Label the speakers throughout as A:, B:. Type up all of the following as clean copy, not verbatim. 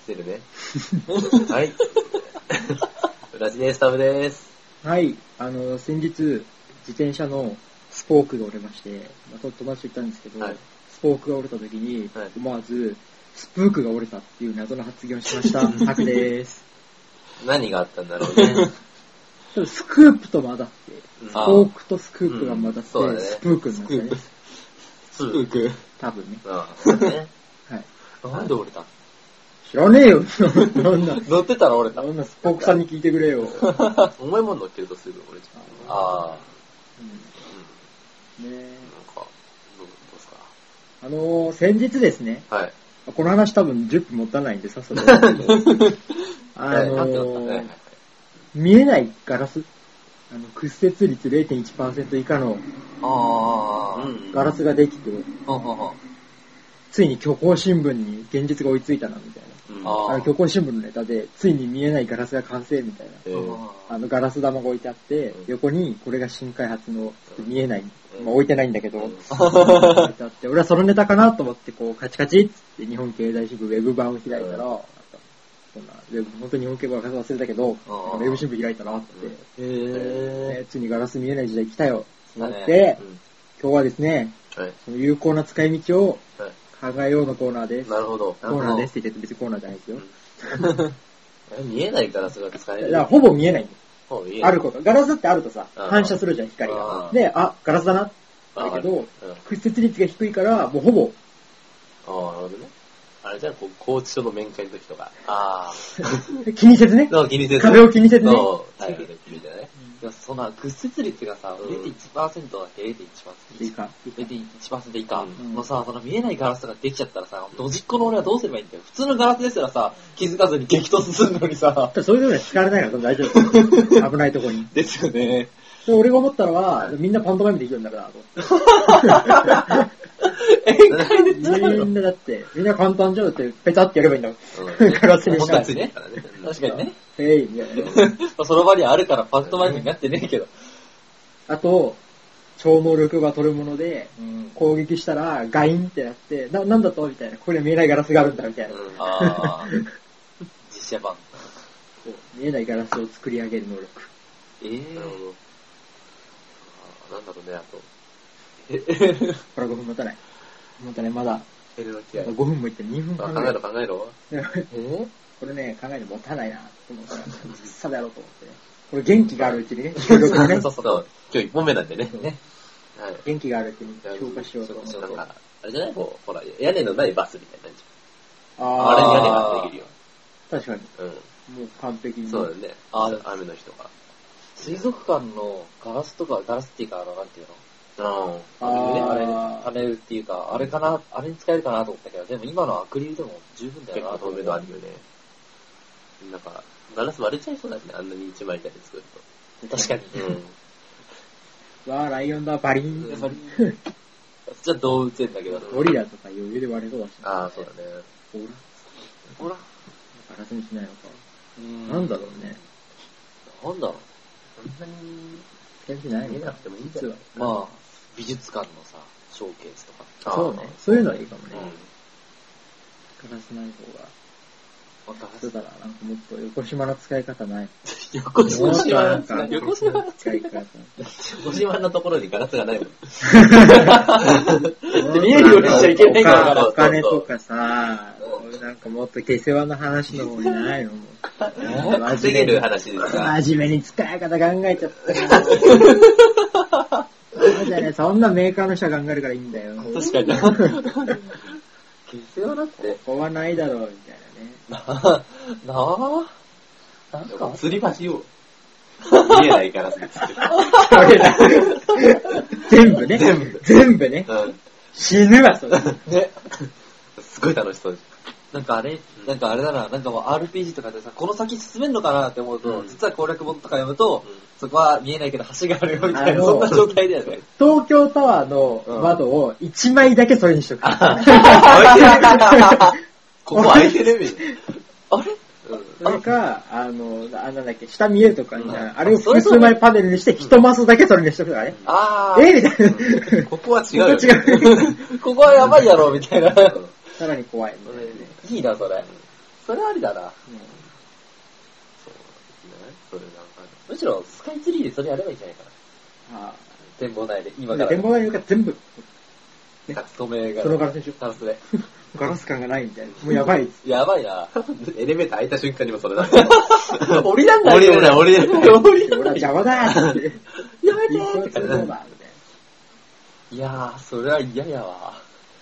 A: してるね。はい。ラジネスタブです。
B: はい。先日、自転車のスポークが折れまして、友達と言ったんですけど、はい、スポークが折れた時に、はい、思わず、スプークが折れたっていう謎の発言をしました。ハクです。
A: 何があったんだろうね。
B: スクープと混ざって、スポークとスクープが混ざって、スプークになったね。
A: スプーク
B: 多分ね。
A: ああ、そうね。
B: はい。
A: なんで折れた？
B: 知らねえよ。
A: 乗ってたら折れた。
B: そんなスポークさんに聞いてくれよ。
A: 重いもん乗っけるとすぐ折れちゃう。ああ。
B: ねえ。
A: なんか、どうですか？
B: 先日ですね。
A: はい。
B: この話多分10分持たないんでさっさと。見えないガラス、屈折率 0.1% 以下のガラスができて、ついに虚構新聞に現実が追いついたなみたいな。虚構新聞のネタでついに見えないガラスが完成みたいな。ガラス玉が置いてあって、横にこれが新開発の見えない、置いてないんだけど、置いてあって、俺はそのネタかなと思ってこうカチカチって日本経済新聞ウェブ版を開いたら、そんな本当に日本経済は忘れたけど、ウェブ新聞開いたなって、ついにガラス見えない時代来たよと思って、今日はですね、その有効な使い道を考えようのコーナーです。
A: なるほど。
B: コーナーですって言って別にコーナーじゃないですよ。
A: 見えないガラスが使える。
B: だからほぼ見えないんです。あること。ガラスってあるとさ、反射するじゃん、光が。で、ガラスだな。だけど、屈折率が低いから、もうほぼ。
A: なるほどね。あれじゃあ、拘置所の面会の時とか。
B: 気にせずね。
A: 気にせず。
B: 壁を気にせずね。
A: 大変できるじゃない。そんな屈折率がさ、0.1% だっけ 0.1% 以下 0.1% 以下のさ、その見えないガラスができちゃったらさ、ドジっ子の俺はどうすればいいんだよ。普通のガラスですらさ、気づかずに激突するのにさ。
B: そういうのには使われないから大丈夫。危ないとこに。
A: ですよね。
B: 俺が思ったのは、みんなパントマイムできるんだから、と思って。みんなだって、みんな簡単じゃんって、ペタってやればいいんだもん。ガラスにしたら。
A: 確かにね。
B: みたいな。
A: その場にあるからパントマイムになってねえけど。
B: あと、超能力が取るもので、攻撃したらガインってなって、なんだとみたいな。ここには見えないガラスがあるんだみたいな。
A: 実写版。
B: 見えないガラスを作り上げる能力。
A: なるほど。なんだろうね、あと。
B: これ5分持たない。まだ。5分もいって2分
A: 考えろ。
B: これね、考えるの持たないなと思ったら、さだやろうと思ってね。これ元気があるうちにね、収録をね。
A: そう。今日1本目なんでね。
B: 元気があるうちに消化しようと思って。
A: あれじゃないほら、屋根のないバスみたいな感じ。あれに屋根ができるよ。
B: 確かに。もう完璧に。
A: そうだね。雨の日とか。
C: 水族館のガラスっていうか、なんていうの？パネルっていうか、あれかな、あれに使えるかなと思ったけど、でも今のアクリルでも十分だよな。
A: 透明度あるよね。なんか、ガラス割れちゃいそうだね、あんなに一枚板で作る
C: と。確かに。
B: ライオンだ、バリーン。
C: じゃあ動物園だけど。
B: ゴリラとか余裕で割れそうだし。
A: そうだね。
B: ほら。ガラスにしないのか。なんだろうね。
C: なんだろう。
A: そんなに、
B: 天気ない
A: 見えなくてもいいんじゃない？
C: まあ、美術館のさ、ショーケースとか。
B: そうね。そういうのはいいかもね。ガラスない方が。そうだな、なんかもっと横島の使い方ない。
A: 横島の使い方。横島のところにガラスがないもん。
C: 見えるようにしちゃいけないから。
B: お金とかさ、なんかもっと下世話の話の方にないのも。
A: 稼げる話ですか？
B: 真面目に使い方考えちゃったよ。そうじゃね、そんなメーカーの人が考えるからいいんだよ。
A: 確かに。下世話だって。
B: ここはないだろう、みたいな。
A: なんか吊り橋を見えないガラスで作る。
B: 全部ね。死ぬわ、それ。
A: ね。すごい楽しそうです。
C: なんかあれだな、なんかもう RPG とかでさ、この先進めんのかなって思うと、実は攻略本とか読むと、そこは見えないけど橋があるよみたいな、そんな状態だよね。
B: 東京タワーの窓を1枚だけそれにしとく。
A: ここ開いてるみたいな。
C: あれ
B: それか、なんだっけ、下見えるとかにあれを複数枚パネルにして、一マスだけそれにしとくからね。みたいな。
A: ここは違う。
C: ここはやばいやろ、みたいな。
B: さらに怖い。
C: いいな、それ。 それありだな。そう
A: ですね。それなんか、むしろスカイツリーでそれやればいいんじゃないかな。ああ。展望台で、今から。
B: 展望台の床全部、
A: 透明が。
B: そのガラスでしょ。
A: ガラスで。
B: ガラス感がないみたいな。もうやばい。
A: やばいな。
C: エレベーター開いた瞬間にもそれだ。
A: 降りらんないよ。
C: 降りれない。
B: 俺は邪魔だーって。
A: やめてーって
B: 感じだ。
A: いやー、それは嫌やわ。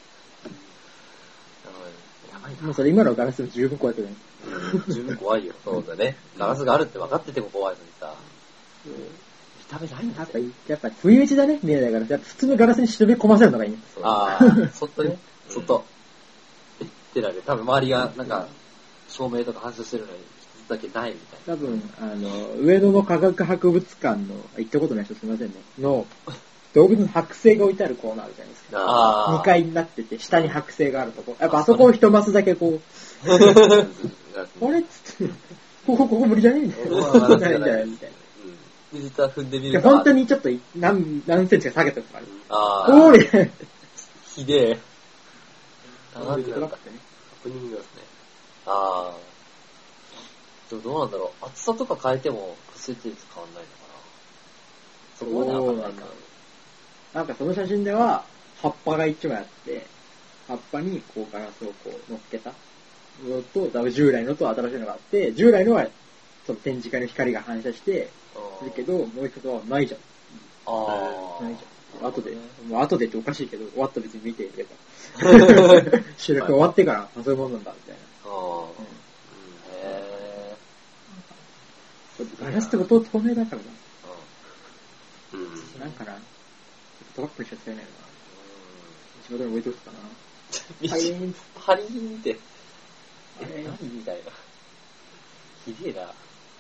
A: やばいな。
B: もうそれ今のガラスでも十分怖いけどね。
A: 十分怖いよ。そうだね。ガラスがあるって分かってても怖いのにさ。見た目ないんだぜ。
B: やっぱ不意打ちだね、見えないガラス。やっぱ普通のガラスに忍び込ませるのがいいね。
A: ああ、そっとね。そっと。ってなる。多分周りがなんか、照明とか反射してるのに、一つだけないみたいな。
B: 多分、上野の科学博物館の、行ったことない人すみませんね、の、動物の剥製が置いてあるコーナーあるじゃないですか。2階になってて、下に剥製があるとこ。やっぱあそこを一マスだけこう、あれっつって、ここ無理じゃねえみたいな。
A: 実は踏んでみる
B: と。本当にちょっと何センチか下げてるから。
A: あ
B: あ。おー
A: ひでえ。
B: ハプニングですね。
A: ああ。でもどうなんだろう。厚さとか変えても屈折率変わんないのかな。そこまでわかんないか。
B: なんかその写真では、葉っぱが一枚あって、葉っぱにこうガラスをこう乗っけたのと、従来のと新しいのがあって、従来のはその展示会の光が反射してるけど、もう一つはないじゃん。ないじゃん。後でっておかしいけど、終わったら別に見ていれば。収録終わってから、そういうもんなんだ、みたいな。ガラスってこと透明だからな。なんかな。トラップにしちゃ使えないよな。仕事に置いとくかな。
A: ハリーンって。何みたいな。ひでえな。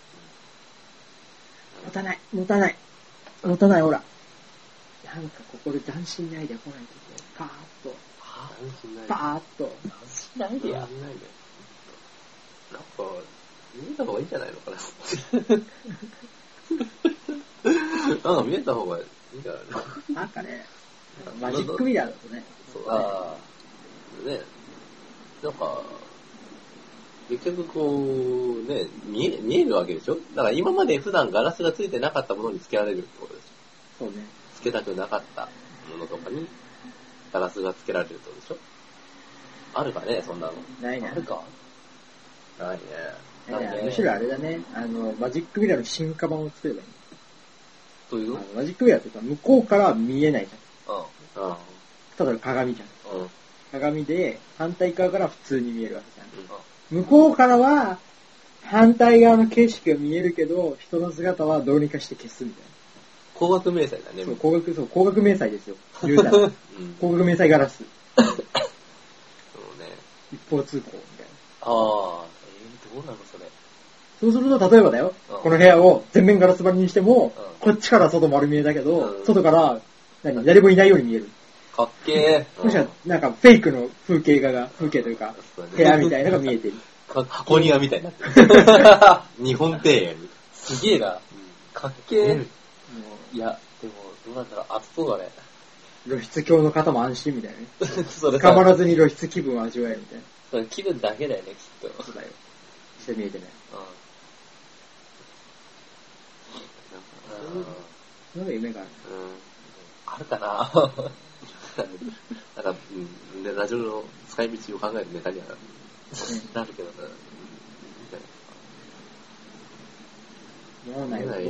B: 持たない、ほら。なんかここで斬新なアイデア来ないと、パーッと。パーッと。
A: 斬新なアイデア？
C: なんか、見えた方がいいんじゃないのかな。なんか見えた方がいいんじゃないの？
B: なんかね、マジックミラーだとね。
C: ああ。ね。なんか、結局こう、ね、見えるわけでしょ？だから今まで普段ガラスがついてなかったものにつけられるってことでし
B: ょ？そうね。
C: つけたくなかったものとかにガラスがつけられるってことでしょ？あるかね、そんなの。
B: ないね。
C: あるか？ないね。
B: むしろあれだね、マジックミラーの進化版を作ればいい。
C: どういうの？
B: マジックミラーってさ、向こうから見えないじゃん。ただの鏡じゃん。鏡で、反対側から普通に見えるわけじゃん。向こうからは、反対側の景色が見えるけど、人の姿はどうにかして消すみたいな。
C: 光学明細だね。
B: そう、光学明細ですよ。言うたら。光学明細ガラス。そうね。一方通行みたいな。
A: どうなのそれ。
B: そうすると、例えばだよ、この部屋を全面ガラス張りにしても、こっちから外丸見えだけど、外から、誰もいないように見える。
C: かっけー。
B: もしかなんかフェイクの風景というか、部屋みたいなのが見えてる。
C: 箱庭みたいになってる。日本庭園。
A: すげえな。かっけー。いや、でも、どうなんだろう、暑そうだね。
B: 露出狂の方も安心みたいなね。捕まらずに露出気分を味わえるみたいな。
A: それ気分だけだよね、きっと。
B: そうだよ。して見えてない。なんか夢がある。
A: あるかな
C: なんか、ラジオの使い道を考えるネタにはなるけどな。
B: もうないっすね。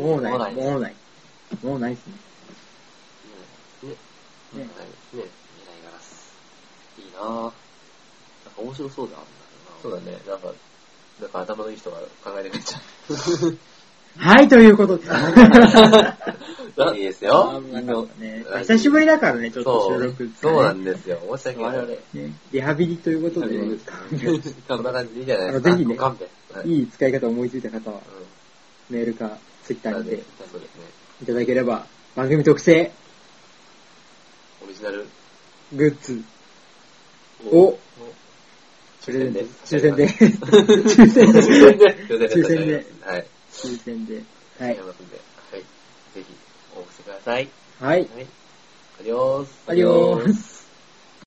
A: ね。見えないガラス。いいなぁ。なんか面白そうだな。
C: そうだね。なんか頭のいい人が考えてくれちゃう。
B: はい、ということで。
C: いいですよ。
B: 久しぶりだからね、ちょっと収録。
C: そうなんですよ。申し訳ない。
B: リハビリということで。
C: こんな感じでいいじゃないです
B: か。ぜひね、いい使い方を思いついた方は、メールかツイッターでいただければ、番組特製
C: オリジナル
B: グッズを抽選で抽選ではい。
C: ぜひ応募してください。
B: はい。
C: アディオース。
B: アディオース。